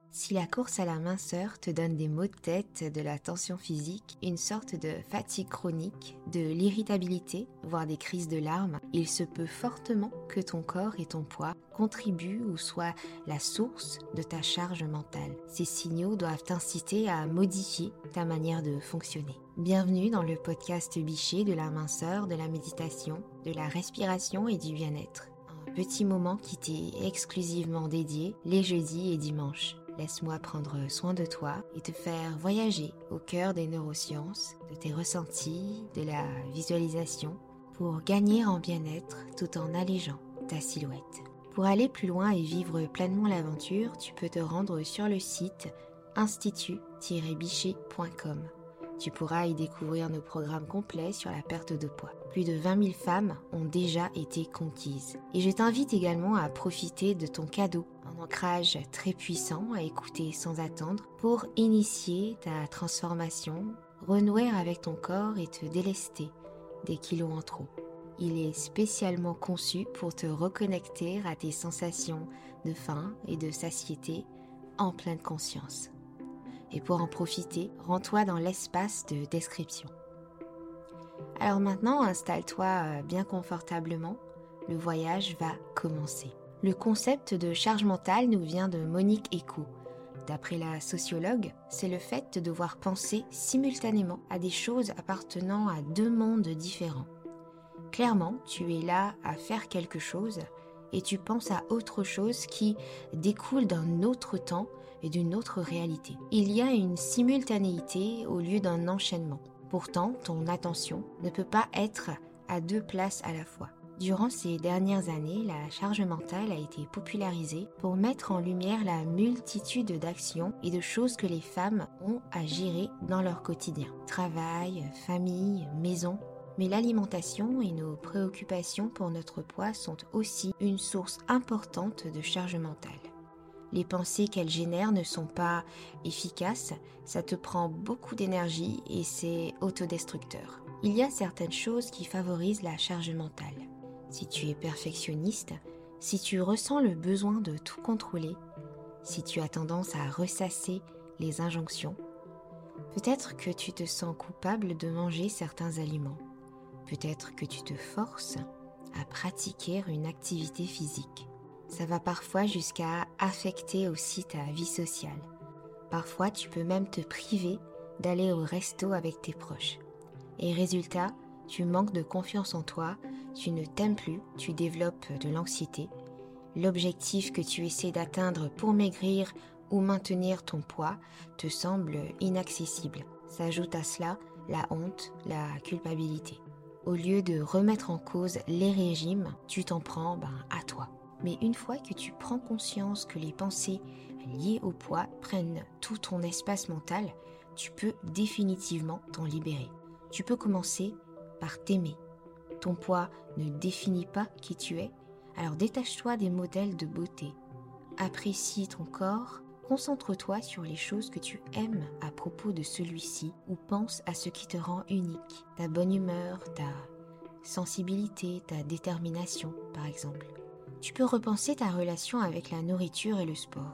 Si la course à la minceur te donne des maux de tête, de la tension physique, une sorte de fatigue chronique, de l'irritabilité, voire des crises de larmes, il se peut fortement que ton corps et ton poids contribuent ou soient la source de ta charge mentale. Ces signaux doivent t'inciter à modifier ta manière de fonctionner. Bienvenue dans le podcast Bichet de la minceur, de la méditation, de la respiration et du bien-être. Un petit moment qui t'est exclusivement dédié les jeudis et dimanches. Laisse-moi prendre soin de toi et te faire voyager au cœur des neurosciences, de tes ressentis, de la visualisation, pour gagner en bien-être tout en allégeant ta silhouette. Pour aller plus loin et vivre pleinement l'aventure, tu peux te rendre sur le site institut-bichet.com. Tu pourras y découvrir nos programmes complets sur la perte de poids. Plus de 20 000 femmes ont déjà été conquises. Et je t'invite également à profiter de ton cadeau, un ancrage très puissant à écouter sans attendre pour initier ta transformation, renouer avec ton corps et te délester des kilos en trop. Il est spécialement conçu pour te reconnecter à tes sensations de faim et de satiété en pleine conscience. Et pour en profiter, rends-toi dans l'espace de description. Alors maintenant, installe-toi bien confortablement, le voyage va commencer. Le concept de charge mentale nous vient de Monique Ecko. D'après la sociologue, c'est le fait de devoir penser simultanément à des choses appartenant à deux mondes différents. Clairement, tu es là à faire quelque chose et tu penses à autre chose qui découle d'un autre temps et d'une autre réalité. Il y a une simultanéité au lieu d'un enchaînement. Pourtant, ton attention ne peut pas être à deux places à la fois. Durant ces dernières années, la charge mentale a été popularisée pour mettre en lumière la multitude d'actions et de choses que les femmes ont à gérer dans leur quotidien. Travail, famille, maison. Mais l'alimentation et nos préoccupations pour notre poids sont aussi une source importante de charge mentale. Les pensées qu'elles génèrent ne sont pas efficaces, ça te prend beaucoup d'énergie et c'est autodestructeur. Il y a certaines choses qui favorisent la charge mentale. Si tu es perfectionniste, si tu ressens le besoin de tout contrôler, si tu as tendance à ressasser les injonctions, peut-être que tu te sens coupable de manger certains aliments. Peut-être que tu te forces à pratiquer une activité physique. Ça va parfois jusqu'à affecter aussi ta vie sociale. Parfois, tu peux même te priver d'aller au resto avec tes proches. Et résultat, tu manques de confiance en toi, tu ne t'aimes plus, tu développes de l'anxiété. L'objectif que tu essaies d'atteindre pour maigrir ou maintenir ton poids te semble inaccessible. S'ajoute à cela la honte, la culpabilité. Au lieu de remettre en cause les régimes, tu t'en prends à toi. Mais une fois que tu prends conscience que les pensées liées au poids prennent tout ton espace mental, tu peux définitivement t'en libérer. Tu peux commencer par t'aimer. Ton poids ne définit pas qui tu es, alors détache-toi des modèles de beauté. Apprécie ton corps, concentre-toi sur les choses que tu aimes à propos de celui-ci ou pense à ce qui te rend unique. Ta bonne humeur, ta sensibilité, ta détermination par exemple. Tu peux repenser ta relation avec la nourriture et le sport.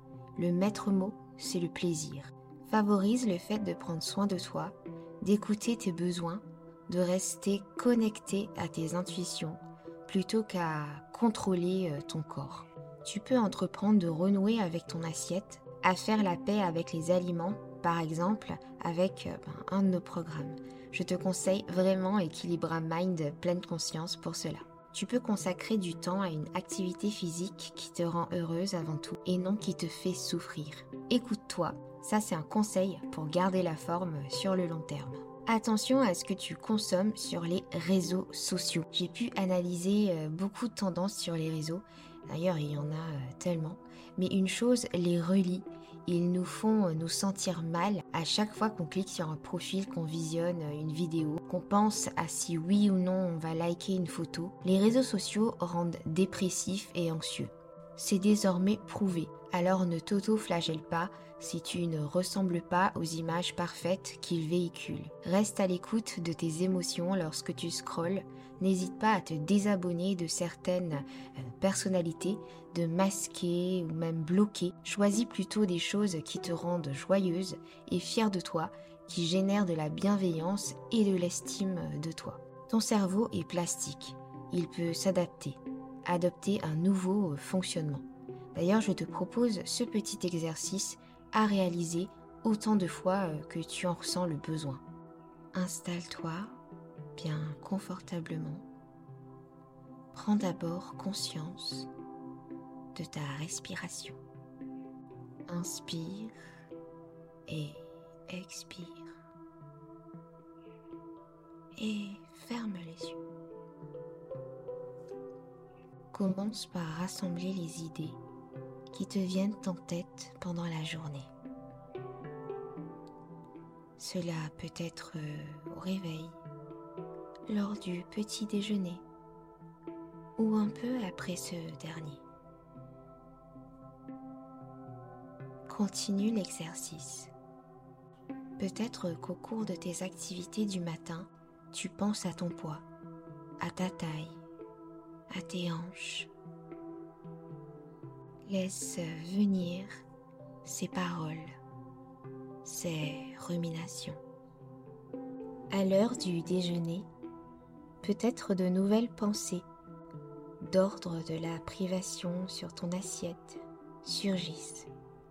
Le maître mot, c'est le plaisir. Favorise le fait de prendre soin de toi, d'écouter tes besoins, de rester connecté à tes intuitions plutôt qu'à contrôler ton corps. Tu peux entreprendre de renouer avec ton assiette, à faire la paix avec les aliments, par exemple avec un de nos programmes. Je te conseille vraiment Equilibra Mind pleine conscience pour cela. Tu peux consacrer du temps à une activité physique qui te rend heureuse avant tout et non qui te fait souffrir. Écoute-toi, ça c'est un conseil pour garder la forme sur le long terme. Attention à ce que tu consommes sur les réseaux sociaux. J'ai pu analyser beaucoup de tendances sur les réseaux. D'ailleurs, il y en a tellement. Mais une chose les relie. Ils nous font nous sentir mal à chaque fois qu'on clique sur un profil, qu'on visionne une vidéo, qu'on pense à si oui ou non on va liker une photo. Les réseaux sociaux rendent dépressifs et anxieux. C'est désormais prouvé, alors ne t'auto-flagelle pas si tu ne ressembles pas aux images parfaites qu'il véhicule. Reste à l'écoute de tes émotions lorsque tu scrolles. N'hésite pas à te désabonner de certaines personnalités, de masquer ou même bloquer. Choisis plutôt des choses qui te rendent joyeuse et fière de toi, qui génèrent de la bienveillance et de l'estime de toi. Ton cerveau est plastique. Il peut s'adapter, adopter un nouveau fonctionnement. D'ailleurs, je te propose ce petit exercice à réaliser autant de fois que tu en ressens le besoin. Installe-toi bien confortablement. Prends d'abord conscience de ta respiration. Inspire et expire. Et ferme les yeux. Commence par rassembler les idées qui te viennent en tête pendant la journée. Cela peut être au réveil, lors du petit déjeuner ou un peu après ce dernier. Continue l'exercice. Peut-être qu'au cours de tes activités du matin, tu penses à ton poids, à ta taille, à tes hanches. Laisse venir ces paroles, ces ruminations. À l'heure du déjeuner, peut-être de nouvelles pensées d'ordre de la privation sur ton assiette surgissent.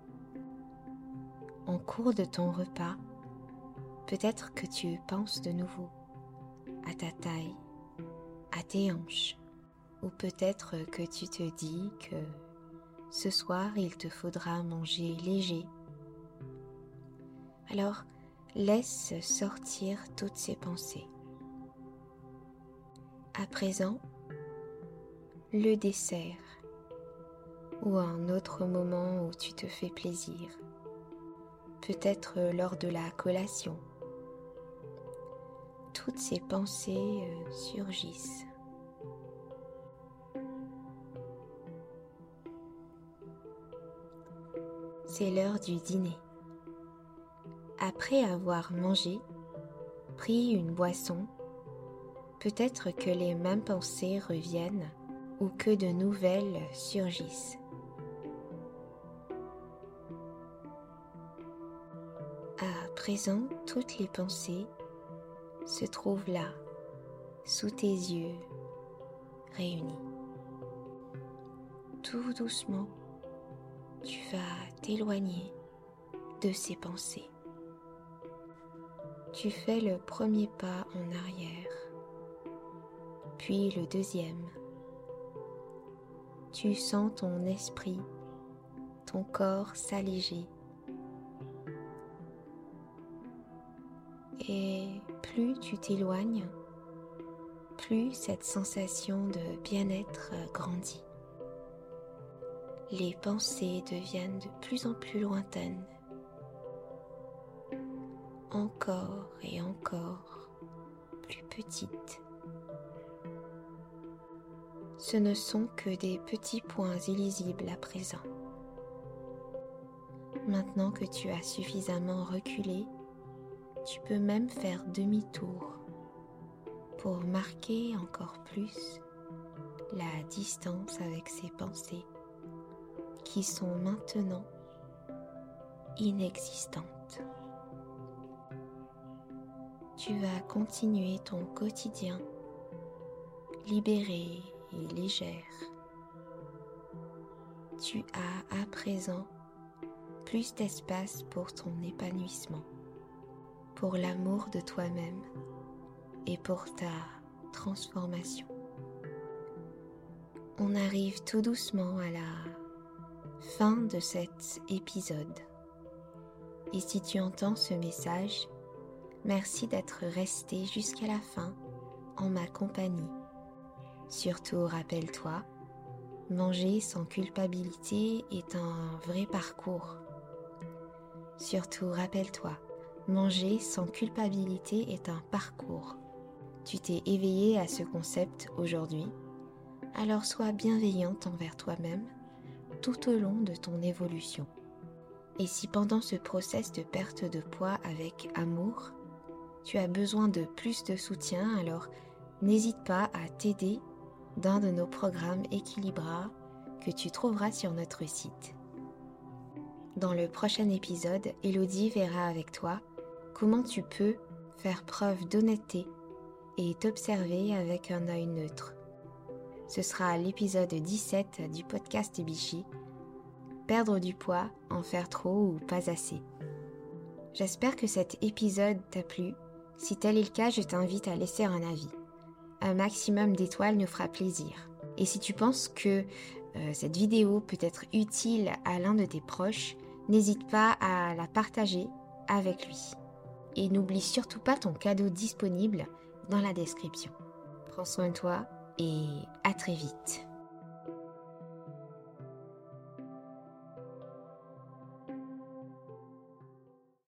En cours de ton repas, peut-être que tu penses de nouveau à ta taille, à tes hanches, ou peut-être que tu te dis que ce soir il te faudra manger léger. Alors, laisse sortir toutes ces pensées. À présent, le dessert ou un autre moment où tu te fais plaisir, peut-être lors de la collation. Toutes ces pensées surgissent. C'est l'heure du dîner. Après avoir mangé, pris une boisson, peut-être que les mêmes pensées reviennent ou que de nouvelles surgissent. À présent, toutes les pensées se trouvent là, sous tes yeux, réunis. Tout doucement, tu vas t'éloigner de ces pensées. Tu fais le premier pas en arrière, puis le deuxième. Tu sens ton esprit, ton corps s'alléger. Et plus tu t'éloignes, plus cette sensation de bien-être grandit. Les pensées deviennent de plus en plus lointaines. Encore et encore plus petites. Ce ne sont que des petits points illisibles à présent. Maintenant que tu as suffisamment reculé, tu peux même faire demi-tour pour marquer encore plus la distance avec ces pensées qui sont maintenant inexistantes. Tu vas continuer ton quotidien libéré et légère. Tu as à présent plus d'espace pour ton épanouissement, pour l'amour de toi-même et pour ta transformation. On arrive tout doucement à la fin de cet épisode. Et si tu entends ce message, merci d'être resté jusqu'à la fin en ma compagnie. Surtout, rappelle-toi, manger sans culpabilité est un vrai parcours. Surtout, rappelle-toi, manger sans culpabilité est un parcours. Tu t'es éveillé à ce concept aujourd'hui, alors sois bienveillante envers toi-même tout au long de ton évolution. Et si pendant ce process de perte de poids avec amour, tu as besoin de plus de soutien, alors n'hésite pas à t'aider d'un de nos programmes Équilibra que tu trouveras sur notre site. Dans le prochain épisode, Elodie verra avec toi comment tu peux faire preuve d'honnêteté et t'observer avec un œil neutre. Ce sera l'épisode 17 du podcast Bichy, perdre du poids, en faire trop ou pas assez. J'espère que cet épisode t'a plu. Si tel est le cas, je t'invite à laisser un avis. Un maximum d'étoiles nous fera plaisir. Et si tu penses que cette vidéo peut être utile à l'un de tes proches, n'hésite pas à la partager avec lui. Et n'oublie surtout pas ton cadeau disponible dans la description. Prends soin de toi et à très vite.